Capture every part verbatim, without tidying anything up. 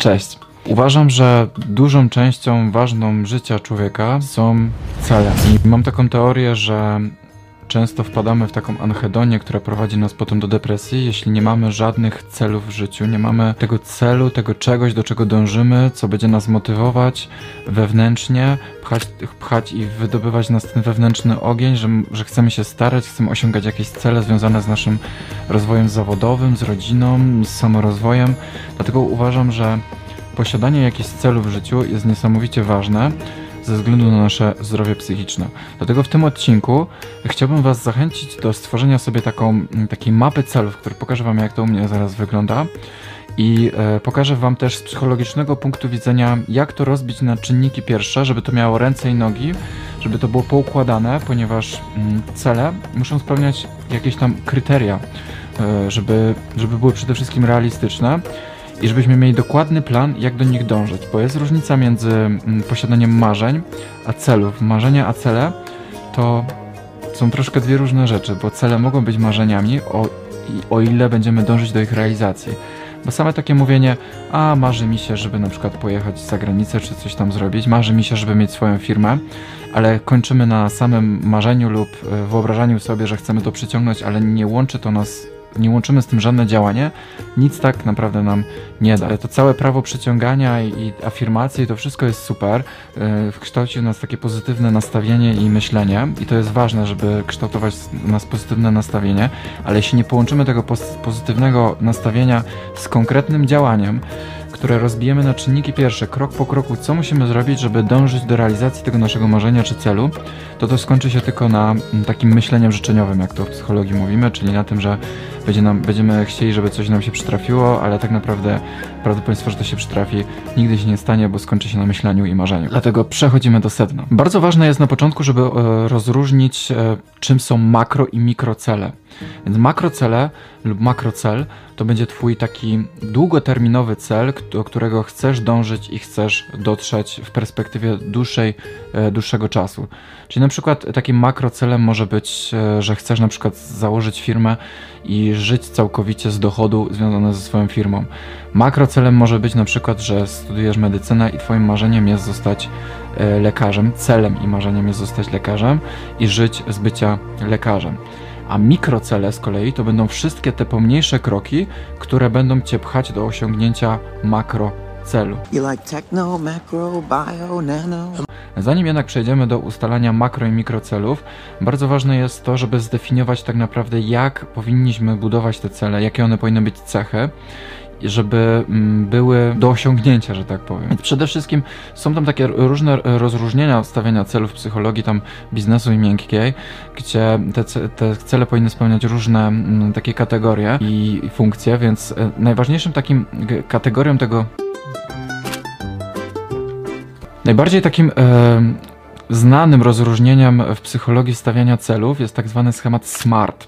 Cześć. Uważam, że dużą częścią ważną życia człowieka są cele. I mam taką teorię, że często wpadamy w taką anhedonię, która prowadzi nas potem do depresji, jeśli nie mamy żadnych celów w życiu, nie mamy tego celu, tego czegoś, do czego dążymy, co będzie nas motywować wewnętrznie, pchać, pchać i wydobywać nas ten wewnętrzny ogień, że, że chcemy się starać, chcemy osiągać jakieś cele związane z naszym rozwojem zawodowym, z rodziną, z samorozwojem. Dlatego uważam, że posiadanie jakichś celów w życiu jest niesamowicie ważne ze względu na nasze zdrowie psychiczne. Dlatego w tym odcinku chciałbym Was zachęcić do stworzenia sobie taką, takiej mapy celów, który pokażę Wam, jak to u mnie zaraz wygląda, i e, pokażę Wam też z psychologicznego punktu widzenia, jak to rozbić na czynniki pierwsze, żeby to miało ręce i nogi, żeby to było poukładane, ponieważ mm, cele muszą spełniać jakieś tam kryteria, e, żeby, żeby były przede wszystkim realistyczne i żebyśmy mieli dokładny plan, jak do nich dążyć, bo jest różnica między mm, posiadaniem marzeń a celów. Marzenia a cele to są troszkę dwie różne rzeczy, bo cele mogą być marzeniami, o, o ile będziemy dążyć do ich realizacji. Bo same takie mówienie, a marzy mi się, żeby na przykład pojechać za granicę, czy coś tam zrobić, marzy mi się, żeby mieć swoją firmę, ale kończymy na samym marzeniu lub wyobrażaniu sobie, że chcemy to przyciągnąć, ale nie łączy to nas, nie łączymy z tym żadne działanie, nic tak naprawdę nam nie da. To całe prawo przyciągania i afirmacji, to wszystko jest super, kształci w nas takie pozytywne nastawienie i myślenie i to jest ważne, żeby kształtować w nas pozytywne nastawienie, ale jeśli nie połączymy tego pozytywnego nastawienia z konkretnym działaniem, które rozbijemy na czynniki pierwsze, krok po kroku, co musimy zrobić, żeby dążyć do realizacji tego naszego marzenia czy celu, to to skończy się tylko na takim myśleniem życzeniowym, jak to w psychologii mówimy, czyli na tym, że będzie nam, będziemy chcieli, żeby coś nam się przytrafiło, ale tak naprawdę prawdopodobieństwo, że to się przytrafi, nigdy się nie stanie, bo skończy się na myśleniu i marzeniu. Dlatego przechodzimy do sedna. Bardzo ważne jest na początku, żeby e, rozróżnić, e, czym są makro i mikrocele. Więc makrocele lub makrocel to będzie twój taki długoterminowy cel, do którego chcesz dążyć i chcesz dotrzeć w perspektywie dłuższej, e, dłuższego czasu. Czyli na przykład takim makrocelem może być, e, że chcesz na przykład założyć firmę i żyć całkowicie z dochodu związanego ze swoją firmą. Makrocelem może być na przykład, że studiujesz medycynę i twoim marzeniem jest zostać e, lekarzem, celem i marzeniem jest zostać lekarzem i żyć z bycia lekarzem. A mikrocele z kolei to będą wszystkie te pomniejsze kroki, które będą cię pchać do osiągnięcia makrocelu. You like techno, macro, bio, nano? Zanim jednak przejdziemy do ustalania makro i mikrocelów, bardzo ważne jest to, żeby zdefiniować tak naprawdę, jak powinniśmy budować te cele, jakie one powinny być cechy, żeby były do osiągnięcia, że tak powiem. Więc przede wszystkim są tam takie różne rozróżnienia stawiania celów w psychologii tam biznesu i miękkiej, gdzie te, te cele powinny spełniać różne m, takie kategorie i, i funkcje, więc e, najważniejszym takim kategorią tego najbardziej takim e, znanym rozróżnieniem w psychologii stawiania celów jest tak zwany schemat SMART.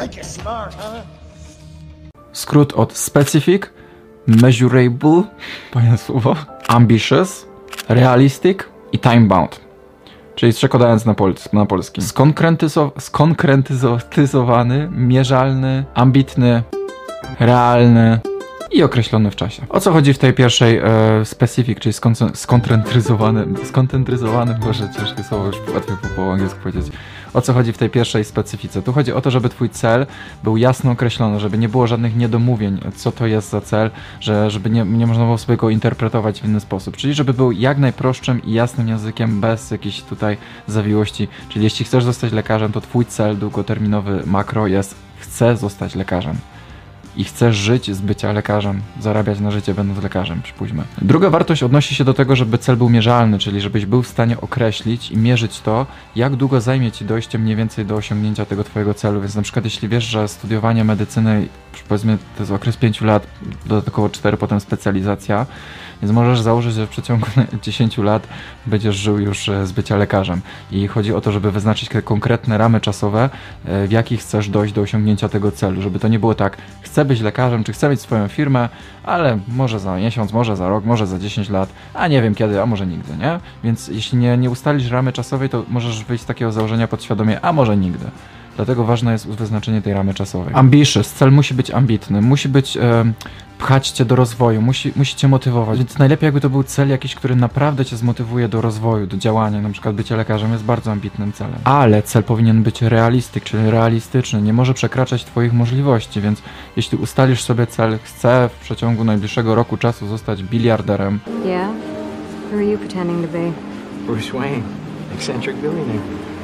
Skrót od specific, measurable, fajne słowo, ambitious, realistic i time bound. Czyli przekładając na, pol na polski. Skonkretyzo skonkretyzowany, mierzalny, ambitny, realny i określony w czasie. O co chodzi w tej pierwszej e, specific, czyli skonkretyzowany, skonkretyzowany, może ciężkie słowo, już łatwiej po, po angielsku powiedzieć. O co chodzi w tej pierwszej specyfice? Tu chodzi o to, żeby twój cel był jasno określony, żeby nie było żadnych niedomówień, co to jest za cel, że, żeby nie, nie można było sobie go interpretować w inny sposób. Czyli żeby był jak najprostszym i jasnym językiem, bez jakichś tutaj zawiłości. Czyli jeśli chcesz zostać lekarzem, to twój cel długoterminowy makro jest: chcę zostać lekarzem. I chcesz żyć z bycia lekarzem, zarabiać na życie będąc lekarzem, przypuśćmy. Druga wartość odnosi się do tego, żeby cel był mierzalny, czyli żebyś był w stanie określić i mierzyć to, jak długo zajmie ci dojście mniej więcej do osiągnięcia tego twojego celu. Więc na przykład jeśli wiesz, że studiowanie medycyny, powiedzmy, to jest okres pięciu lat, dodatkowo cztery, potem specjalizacja, więc możesz założyć, że w przeciągu dziesięciu lat będziesz żył już z bycia lekarzem. I chodzi o to, żeby wyznaczyć konkretne ramy czasowe, w jakich chcesz dojść do osiągnięcia tego celu. Żeby to nie było tak, chcę być lekarzem, czy chcę mieć swoją firmę, ale może za miesiąc, może za rok, może za dziesięć lat, a nie wiem kiedy, a może nigdy, nie? Więc jeśli nie, nie ustalisz ramy czasowej, to możesz wyjść z takiego założenia podświadomie, a może nigdy. Dlatego ważne jest wyznaczenie tej ramy czasowej. Ambitious, cel musi być ambitny, musi być e, pchać cię do rozwoju, musi, musi cię motywować, więc najlepiej jakby to był cel jakiś, który naprawdę cię zmotywuje do rozwoju, do działania, na przykład bycie lekarzem jest bardzo ambitnym celem. Ale cel powinien być realistyk, czyli realistyczny, nie może przekraczać twoich możliwości, więc jeśli ustalisz sobie cel, chcę w przeciągu najbliższego roku czasu zostać biliarderem. Yeah? Who are you pretending to be? Bruce Wayne, eccentric billionaire.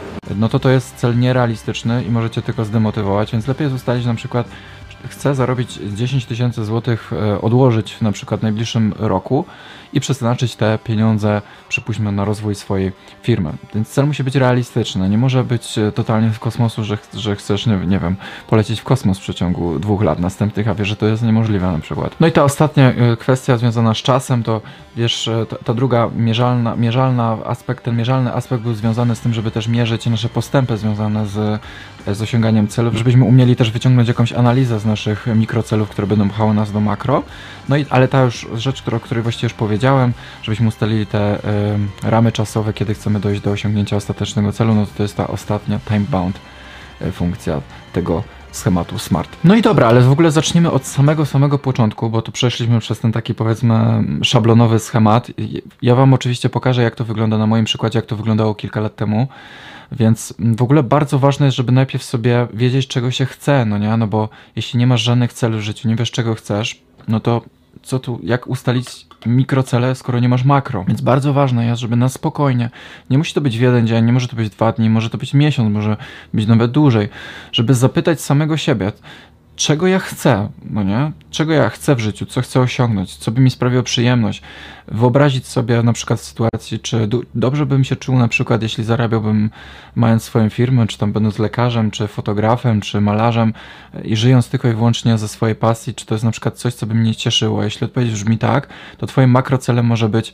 No to to jest cel nierealistyczny i możecie tylko zdemotywować, więc lepiej jest ustalić na przykład, chcę zarobić dziesięć tysięcy złotych, odłożyć na przykład w najbliższym roku i przeznaczyć te pieniądze, przypuśćmy, na rozwój swojej firmy. Więc cel musi być realistyczny, nie może być totalnie z kosmosu, że, ch że chcesz, nie, nie wiem, polecieć w kosmos w przeciągu dwóch lat następnych, a wiesz, że to jest niemożliwe na przykład. No i ta ostatnia kwestia związana z czasem, to wiesz, ta, ta druga mierzalna, mierzalna aspekt, ten mierzalny aspekt był związany z tym, żeby też mierzyć nasze postępy związane z, z osiąganiem celów, żebyśmy umieli też wyciągnąć jakąś analizę z naszych mikrocelów, które będą pchały nas do makro. No i, ale ta już rzecz, o której właściwie już powiedziałem, żebyśmy ustalili te y, ramy czasowe, kiedy chcemy dojść do osiągnięcia ostatecznego celu, no to to jest ta ostatnia time-bound y, funkcja tego schematu SMART. No i dobra, ale w ogóle zaczniemy od samego, samego początku, bo tu przeszliśmy przez ten taki, powiedzmy, szablonowy schemat. Ja wam oczywiście pokażę, jak to wygląda na moim przykładzie, jak to wyglądało kilka lat temu. Więc w ogóle bardzo ważne jest, żeby najpierw sobie wiedzieć, czego się chce, no nie? No bo jeśli nie masz żadnych celów w życiu, nie wiesz, czego chcesz, no to co tu, jak ustalić mikrocele, skoro nie masz makro? Więc bardzo ważne jest, żeby na spokojnie, nie musi to być w jeden dzień, nie może to być dwa dni, może to być miesiąc, może być nawet dłużej, żeby zapytać samego siebie, czego ja chcę, no nie? Czego ja chcę w życiu, co chcę osiągnąć, co by mi sprawiło przyjemność. Wyobrazić sobie na przykład sytuację, czy dobrze bym się czuł na przykład, jeśli zarabiałbym mając swoją firmę, czy tam będąc lekarzem, czy fotografem, czy malarzem i żyjąc tylko i wyłącznie ze swojej pasji, czy to jest na przykład coś, co by mnie cieszyło. Jeśli odpowiedź brzmi tak, to twoim makrocelem może być,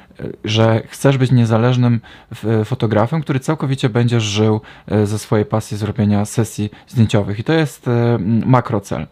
że chcesz być niezależnym fotografem, który całkowicie będziesz żył ze swojej pasji zrobienia sesji zdjęciowych. I to jest makrocel.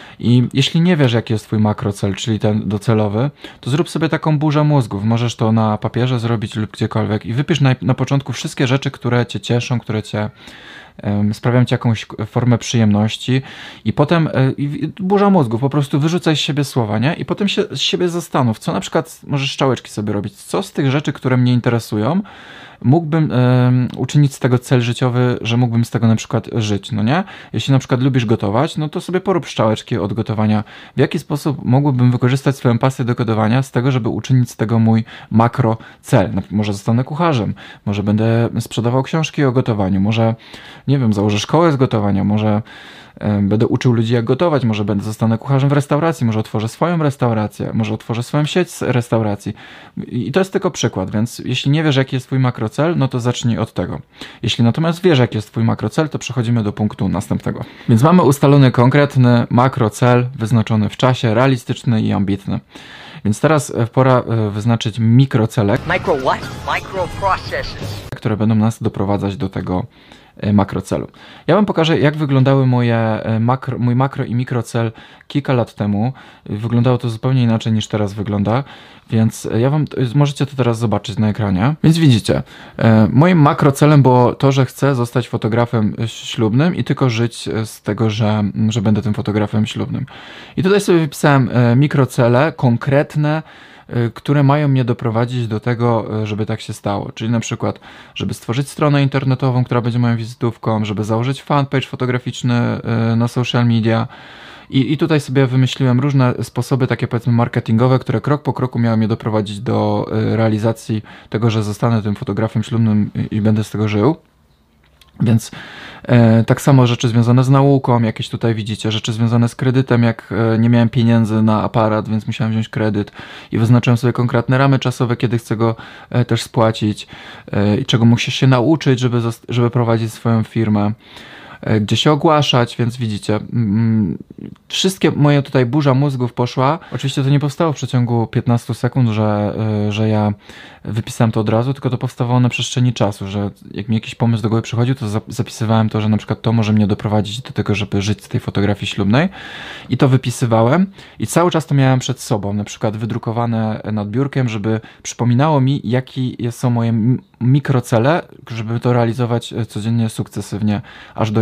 I jeśli nie wiesz, jaki jest twój makrocel, czyli ten docelowy, to zrób sobie taką burzę mózgów. Możesz to na papierze zrobić lub gdziekolwiek i wypisz na, na początku wszystkie rzeczy, które cię cieszą, które cię um, sprawiają ci jakąś formę przyjemności i potem y, y, burza mózgów, po prostu wyrzucaj z siebie słowa, nie? I potem się z siebie zastanów, co na przykład możesz strzałeczki sobie robić, co z tych rzeczy, które mnie interesują, mógłbym y, uczynić z tego cel życiowy, że mógłbym z tego na przykład żyć, no nie? Jeśli na przykład lubisz gotować, no to sobie porób strzałeczki od gotowania. W jaki sposób mógłbym wykorzystać swoją pasję do gotowania z tego, żeby uczynić z tego mój makro cel? No, może zostanę kucharzem, może będę sprzedawał książki o gotowaniu, może, nie wiem, założę szkołę z gotowania, może będę uczył ludzi, jak gotować, może będę zostanę kucharzem w restauracji, może otworzę swoją restaurację, może otworzę swoją sieć restauracji. I to jest tylko przykład, więc jeśli nie wiesz, jaki jest twój makrocel, no to zacznij od tego. Jeśli natomiast wiesz, jaki jest twój makrocel, to przechodzimy do punktu następnego. Więc mamy ustalony konkretny makrocel, wyznaczony w czasie, realistyczny i ambitny. Więc teraz pora wyznaczyć mikrocele, Micro what? Microprocessors. które będą nas doprowadzać do tego makrocelu. Ja wam pokażę, jak wyglądały moje makro, mój makro i mikrocel kilka lat temu. Wyglądało to zupełnie inaczej niż teraz wygląda, więc ja wam, możecie to teraz zobaczyć na ekranie. Więc widzicie, moim makrocelem było to, że chcę zostać fotografem ślubnym i tylko żyć z tego, że, że będę tym fotografem ślubnym. I tutaj sobie wypisałem mikrocele konkretne, które mają mnie doprowadzić do tego, żeby tak się stało. Czyli na przykład, żeby stworzyć stronę internetową, która będzie moją wizytówką, żeby założyć fanpage fotograficzny na social media. I, I tutaj sobie wymyśliłem różne sposoby, takie powiedzmy marketingowe, które krok po kroku miały mnie doprowadzić do realizacji tego, że zostanę tym fotografem ślubnym i będę z tego żył. Więc e, tak samo rzeczy związane z nauką, jakieś tutaj widzicie, rzeczy związane z kredytem, jak e, nie miałem pieniędzy na aparat, więc musiałem wziąć kredyt i wyznaczyłem sobie konkretne ramy czasowe, kiedy chcę go e, też spłacić e, i czego musisz się nauczyć, żeby, żeby prowadzić swoją firmę, e, gdzie się ogłaszać, więc widzicie, mm, wszystkie moje tutaj burza mózgów poszła. Oczywiście to nie powstało w przeciągu piętnastu sekund, że, e, że ja wypisałem to od razu, tylko to powstawało na przestrzeni czasu, że jak mi jakiś pomysł do głowy przychodził, to zapisywałem to, że na przykład to może mnie doprowadzić do tego, żeby żyć z tej fotografii ślubnej i to wypisywałem i cały czas to miałem przed sobą, na przykład wydrukowane nad biurkiem, żeby przypominało mi, jakie są moje mikrocele, żeby to realizować codziennie, sukcesywnie, aż dojdę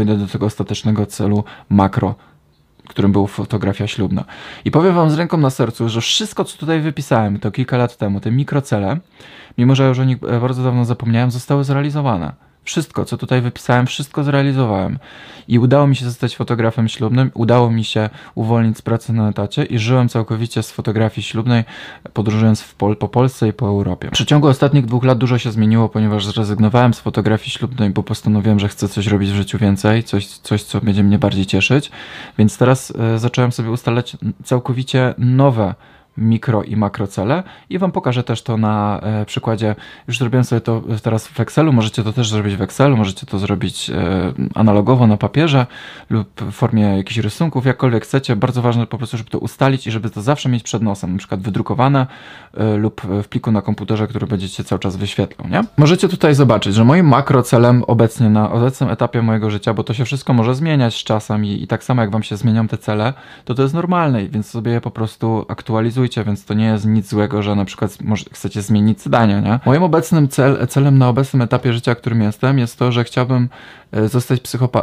dojdę do tego ostatecznego celu makro, którym była fotografia ślubna. I powiem wam z ręką na sercu, że wszystko, co tutaj wypisałem, to kilka lat temu, te mikrocele, mimo że już o nich bardzo dawno zapomniałem, zostały zrealizowane. Wszystko, co tutaj wypisałem, wszystko zrealizowałem. I udało mi się zostać fotografem ślubnym, udało mi się uwolnić z pracy na etacie i żyłem całkowicie z fotografii ślubnej, podróżując w Pol po Polsce i po Europie. W przeciągu ostatnich dwóch lat dużo się zmieniło, ponieważ zrezygnowałem z fotografii ślubnej, bo postanowiłem, że chcę coś robić w życiu więcej, coś, coś co będzie mnie bardziej cieszyć. Więc teraz e, zacząłem sobie ustalać całkowicie nowe mikro i makro cele i wam pokażę też to na e, przykładzie, już zrobiłem sobie to teraz w Excelu, możecie to też zrobić w Excelu, możecie to zrobić e, analogowo na papierze lub w formie jakichś rysunków, jakkolwiek chcecie, bardzo ważne po prostu, żeby to ustalić i żeby to zawsze mieć przed nosem, na przykład wydrukowane e, lub w pliku na komputerze, który będziecie cały czas wyświetlał, nie? Możecie tutaj zobaczyć, że moim makro celem obecnie na obecnym etapie mojego życia, bo to się wszystko może zmieniać z czasem i, i tak samo jak wam się zmienią te cele, to to jest normalne, więc sobie je po prostu aktualizujcie, więc to nie jest nic złego, że na przykład może chcecie zmienić zdania, nie? Moim obecnym cel, celem na obecnym etapie życia, którym jestem, jest to, że chciałbym zostać psychopa...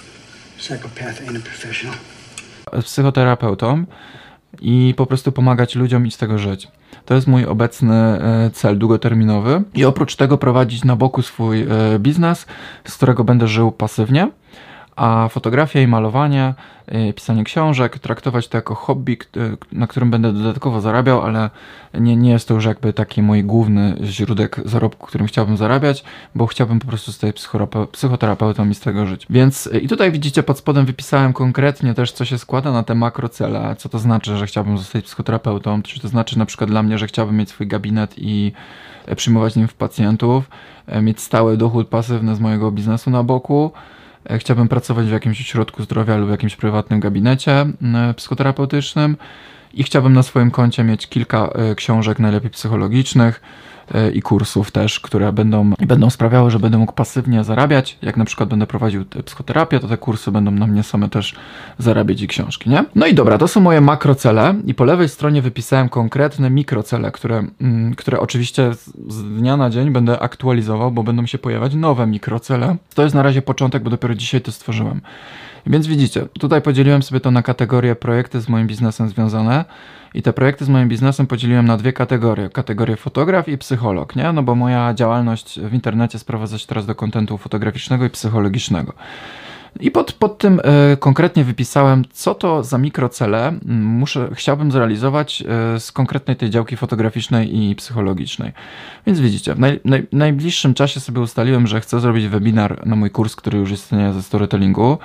psychoterapeutą i po prostu pomagać ludziom i z tego żyć. To jest mój obecny cel długoterminowy i oprócz tego prowadzić na boku swój biznes, z którego będę żył pasywnie, a fotografia i malowanie, pisanie książek, traktować to jako hobby, na którym będę dodatkowo zarabiał, ale nie, nie jest to już jakby taki mój główny źródło zarobku, którym chciałbym zarabiać, bo chciałbym po prostu zostać psychoterapeutą i z tego żyć. Więc i tutaj widzicie, pod spodem wypisałem konkretnie też, co się składa na te makrocele, co to znaczy, że chciałbym zostać psychoterapeutą, czy to znaczy na przykład dla mnie, że chciałbym mieć swój gabinet i przyjmować nim w pacjentów, mieć stały dochód pasywny z mojego biznesu na boku, chciałbym pracować w jakimś ośrodku zdrowia lub w jakimś prywatnym gabinecie psychoterapeutycznym i chciałbym na swoim koncie mieć kilka książek, najlepiej psychologicznych i kursów też, które będą, będą sprawiały, że będę mógł pasywnie zarabiać. Jak na przykład będę prowadził psychoterapię, to te kursy będą na mnie same też zarabiać i książki, nie? No i dobra, to są moje makrocele i po lewej stronie wypisałem konkretne mikrocele, które, mm, które oczywiście z dnia na dzień będę aktualizował, bo będą się pojawiać nowe mikrocele. To jest na razie początek, bo dopiero dzisiaj to stworzyłem. Więc widzicie, tutaj podzieliłem sobie to na kategorie projekty z moim biznesem związane i te projekty z moim biznesem podzieliłem na dwie kategorie. Kategorię fotograf i psycholog, nie? No bo moja działalność w internecie sprowadza się teraz do kontentu fotograficznego i psychologicznego. I pod, pod tym y, konkretnie wypisałem, co to za mikrocele muszę, chciałbym zrealizować y, z konkretnej tej działki fotograficznej i psychologicznej. Więc widzicie, w naj, naj, najbliższym czasie sobie ustaliłem, że chcę zrobić webinar na mój kurs, który już istnieje ze storytellingu,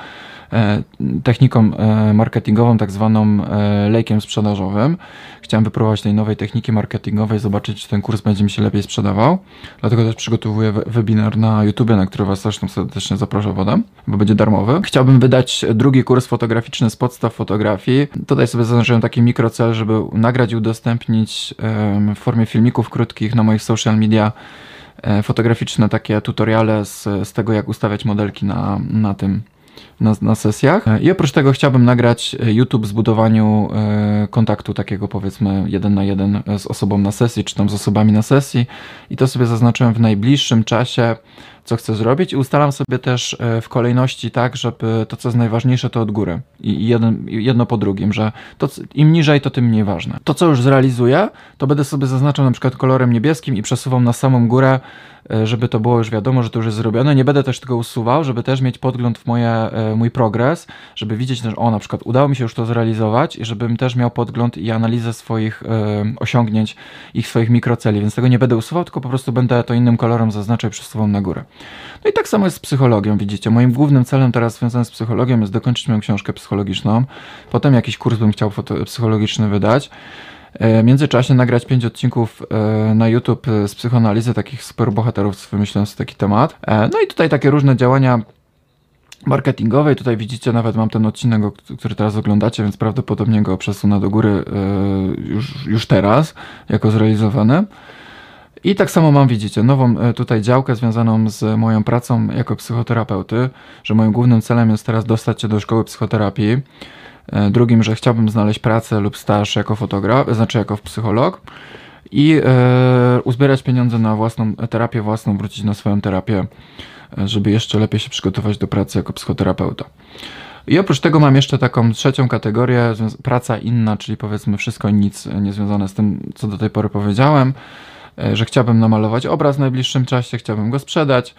techniką marketingową, tak zwaną lejkiem sprzedażowym. Chciałem wypróbować tej nowej techniki marketingowej, zobaczyć, czy ten kurs będzie mi się lepiej sprzedawał. Dlatego też przygotowuję webinar na YouTubie, na który was zresztą serdecznie zapraszam potem, bo będzie darmowy. Chciałbym wydać drugi kurs fotograficzny z podstaw fotografii. Tutaj sobie zaznaczyłem taki mikrocel, żeby nagrać i udostępnić w formie filmików krótkich na moich social media fotograficzne takie tutoriale z, z tego, jak ustawiać modelki na, na tym Na, na sesjach. I oprócz tego chciałbym nagrać YouTube z budowaniu e, kontaktu takiego, powiedzmy jeden na jeden z osobą na sesji, czy tam z osobami na sesji i to sobie zaznaczyłem w najbliższym czasie, co chcę zrobić i ustalam sobie też w kolejności tak, żeby to, co jest najważniejsze, to od góry i jeden, jedno po drugim, że to, im niżej, to tym mniej ważne. To, co już zrealizuję, to będę sobie zaznaczał na przykład kolorem niebieskim i przesuwał na samą górę, żeby to było już wiadomo, że to już jest zrobione. Nie będę też tego usuwał, żeby też mieć podgląd w moje, mój progres, żeby widzieć, że o, na przykład udało mi się już to zrealizować i żebym też miał podgląd i analizę swoich e, osiągnięć, ich swoich mikroceli, więc tego nie będę usuwał, tylko po prostu będę to innym kolorem zaznaczał i przesuwał na górę. No i tak samo jest z psychologią, widzicie. Moim głównym celem teraz związanym z psychologią jest dokończyć moją książkę psychologiczną, potem jakiś kurs bym chciał psychologiczny wydać. W międzyczasie nagrać pięć odcinków na YouTube z psychoanalizy takich super bohaterów, wymyślając taki temat. No i tutaj takie różne działania marketingowe. Tutaj widzicie, nawet mam ten odcinek, który teraz oglądacie, więc prawdopodobnie go przesunę do góry już, już teraz, jako zrealizowany. I tak samo mam, widzicie, nową tutaj działkę związaną z moją pracą jako psychoterapeuty, że moim głównym celem jest teraz dostać się do szkoły psychoterapii. Drugim, że chciałbym znaleźć pracę lub staż jako fotograf, znaczy jako psycholog i e, uzbierać pieniądze na własną terapię własną, wrócić na swoją terapię żeby jeszcze lepiej się przygotować do pracy jako psychoterapeuta. I oprócz tego mam jeszcze taką trzecią kategorię, praca inna, czyli powiedzmy wszystko i nic niezwiązane z tym, co do tej pory powiedziałem, że chciałbym namalować obraz w najbliższym czasie, chciałbym go sprzedać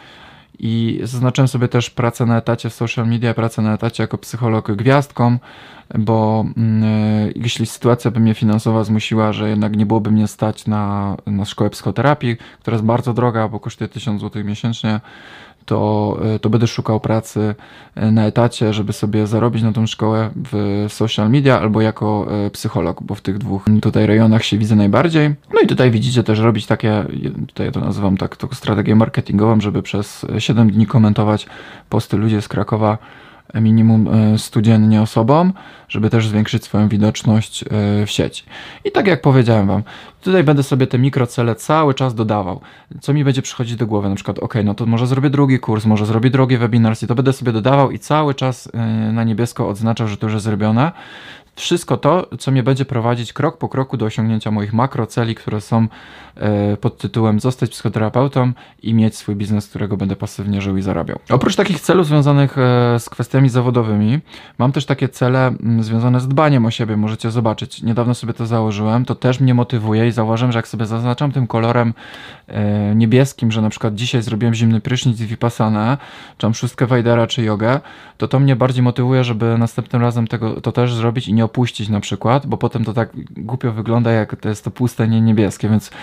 i zaznaczyłem sobie też pracę na etacie w social media, pracę na etacie jako psycholog gwiazdką, bo yy, jeśli sytuacja by mnie finansowa zmusiła, że jednak nie byłoby mnie stać na, na szkołę psychoterapii, która jest bardzo droga, bo kosztuje tysiąc złotych miesięcznie, to, to będę szukał pracy na etacie, żeby sobie zarobić na tą szkołę w social media albo jako psycholog, bo w tych dwóch tutaj rejonach się widzę najbardziej. No i tutaj widzicie też robić takie, tutaj ja to nazywam tak, taką strategię marketingową, żeby przez siedem dni komentować posty ludzi z Krakowa minimum stu dziennie osobom, żeby też zwiększyć swoją widoczność w sieci. I tak jak powiedziałem wam, tutaj będę sobie te mikrocele cały czas dodawał. Co mi będzie przychodzić do głowy, na przykład ok, no to może zrobię drugi kurs, może zrobię drugi webinar, i to będę sobie dodawał i cały czas na niebiesko odznaczał, że to już jest zrobione. Wszystko to, co mnie będzie prowadzić krok po kroku do osiągnięcia moich makroceli, które są pod tytułem zostać psychoterapeutą i mieć swój biznes, z którego będę pasywnie żył i zarabiał. Oprócz takich celów związanych z kwestiami zawodowymi, mam też takie cele związane z dbaniem o siebie. Możecie zobaczyć, niedawno sobie to założyłem, to też mnie motywuje i zauważyłem, że jak sobie zaznaczam tym kolorem niebieskim, że na przykład dzisiaj zrobiłem zimny prysznic i vipassanę, czy tam szóstkę Wajdera, czy jogę, to to mnie bardziej motywuje, żeby następnym razem tego, to też zrobić i nie opuścić na przykład, bo potem to tak głupio wygląda, jak to jest to puste, nie niebieskie, więc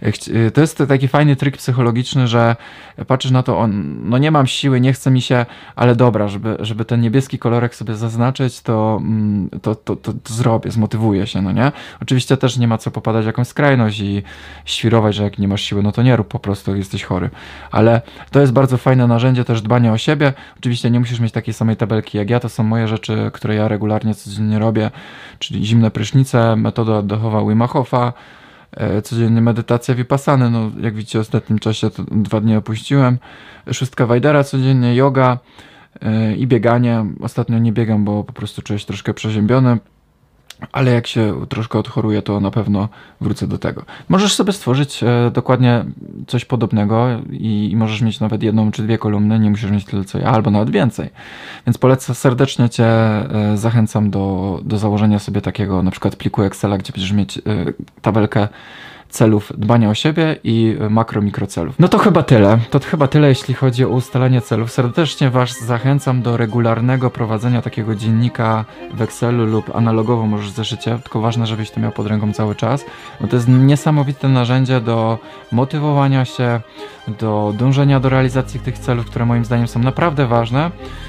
to jest taki fajny trik psychologiczny, że patrzysz na to, on, no nie mam siły, nie chce mi się, ale dobra, żeby, żeby ten niebieski kolorek sobie zaznaczyć, to, to, to, to, to zrobię, zmotywuję się, no nie? Oczywiście też nie ma co popadać w jakąś skrajność i świrować, że jak nie masz siły, no to nie rób, po prostu jesteś chory, ale to jest bardzo fajne narzędzie też dbania o siebie. Oczywiście nie musisz mieć takiej samej tabelki jak ja, to są moje rzeczy, które ja regularnie codziennie robię, czyli zimne prysznice, metoda oddechowa Wima Hofa, codziennie medytacja vipassany, no jak widzicie w ostatnim czasie to dwa dni opuściłem, szóstka Wajdera codziennie, yoga yy, i bieganie. Ostatnio nie biegam, bo po prostu czuję się troszkę przeziębiony, ale jak się troszkę odchoruję, to na pewno wrócę do tego. Możesz sobie stworzyć e, dokładnie coś podobnego i, i możesz mieć nawet jedną czy dwie kolumny, nie musisz mieć tyle co ja, albo nawet więcej. Więc polecam, serdecznie Cię e, zachęcam do, do założenia sobie takiego na przykład pliku Excela, gdzie będziesz mieć e, tabelkę celów dbania o siebie i makro, mikrocelów. No to chyba tyle. To chyba tyle, jeśli chodzi o ustalanie celów. Serdecznie Was zachęcam do regularnego prowadzenia takiego dziennika w Excelu lub analogowo możesz w zeszycie, tylko ważne, żebyś to miał pod ręką cały czas, bo to jest niesamowite narzędzie do motywowania się, do dążenia do realizacji tych celów, które moim zdaniem są naprawdę ważne.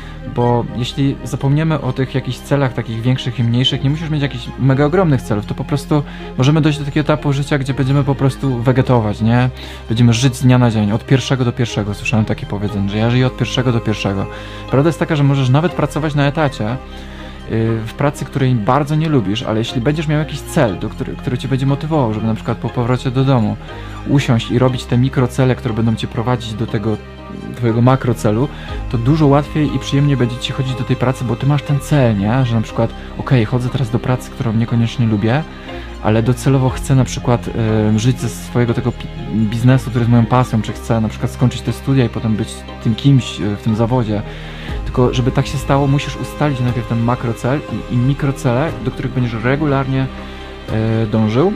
Bo jeśli zapomniemy o tych jakichś celach takich większych i mniejszych, nie musisz mieć jakichś mega ogromnych celów, to po prostu możemy dojść do takiego etapu życia, gdzie będziemy po prostu wegetować, nie? Będziemy żyć z dnia na dzień, od pierwszego do pierwszego. Słyszałem takie powiedzenie, że ja żyję od pierwszego do pierwszego. Prawda jest taka, że możesz nawet pracować na etacie, w pracy, której bardzo nie lubisz, ale jeśli będziesz miał jakiś cel, do który, który Cię będzie motywował, żeby na przykład po powrocie do domu usiąść i robić te mikrocele, które będą Cię prowadzić do tego Twojego makrocelu, to dużo łatwiej i przyjemniej będzie Ci chodzić do tej pracy, bo Ty masz ten cel, nie? Że na przykład, okej, okay, chodzę teraz do pracy, którą niekoniecznie lubię, ale docelowo chcę na przykład y, żyć ze swojego tego biznesu, który jest moją pasją, czy chcę na przykład skończyć te studia i potem być tym kimś y, w tym zawodzie. Tylko żeby tak się stało, musisz ustalić najpierw ten makrocel i, i mikrocele, do których będziesz regularnie y, dążył.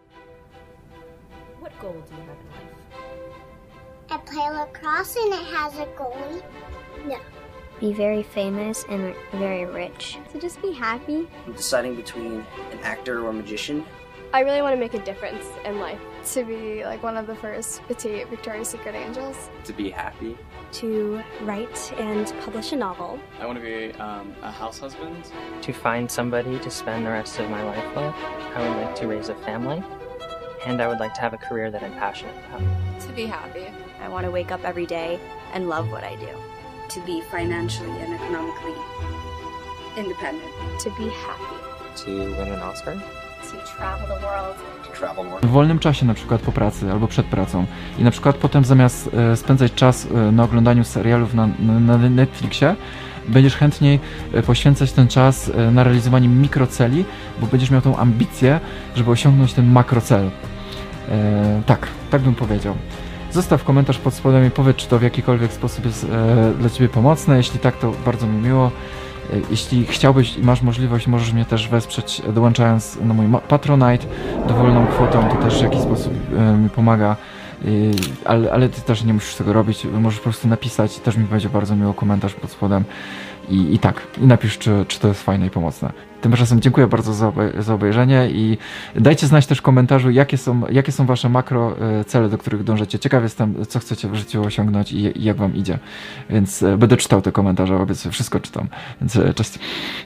What goal do you have in life? I play lacrosse and it has a goalie. No. Be very famous and very rich. To just be happy. I'm deciding between an actor or a magician. I really want to make a difference in life. To be like one of the first petite Victoria's Secret angels. To be happy. To write and publish a novel. I want to be um, a house husband. To find somebody to spend the rest of my life with. I would like to raise a family. And I would like to have a career that I'm passionate about. To be happy. I want to wake up every day and love what I do. To be financially and economically independent. To be happy. To win an Oscar. To travel the world. To travel more. W wolnym czasie, na przykład po pracy albo przed pracą. I na przykład potem zamiast e, spędzać czas e, na oglądaniu serialów na, na, na Netflixie, będziesz chętniej poświęcać ten czas na realizowanie mikroceli, bo będziesz miał tą ambicję, żeby osiągnąć ten makrocel. E, tak, tak bym powiedział. zostaw komentarz pod spodem i powiedz, czy to w jakikolwiek sposób jest e, dla Ciebie pomocne. Jeśli tak, to bardzo mi miło. E, jeśli chciałbyś i masz możliwość, możesz mnie też wesprzeć, dołączając na mój Patronite dowolną kwotą, to też w jakiś sposób e, mi pomaga. Yy, ale, ale ty też nie musisz tego robić, możesz po prostu napisać i też mi będzie bardzo miło komentarz pod spodem i, i tak, i napisz, czy, czy to jest fajne i pomocne. Tymczasem dziękuję bardzo za, obej za obejrzenie i dajcie znać też w komentarzu, jakie są, jakie są wasze makro y, cele, do których dążycie. Ciekaw jestem, co chcecie w życiu osiągnąć i, i jak wam idzie, więc y, będę czytał te komentarze, obiecuję, wszystko czytam, więc y, cześć.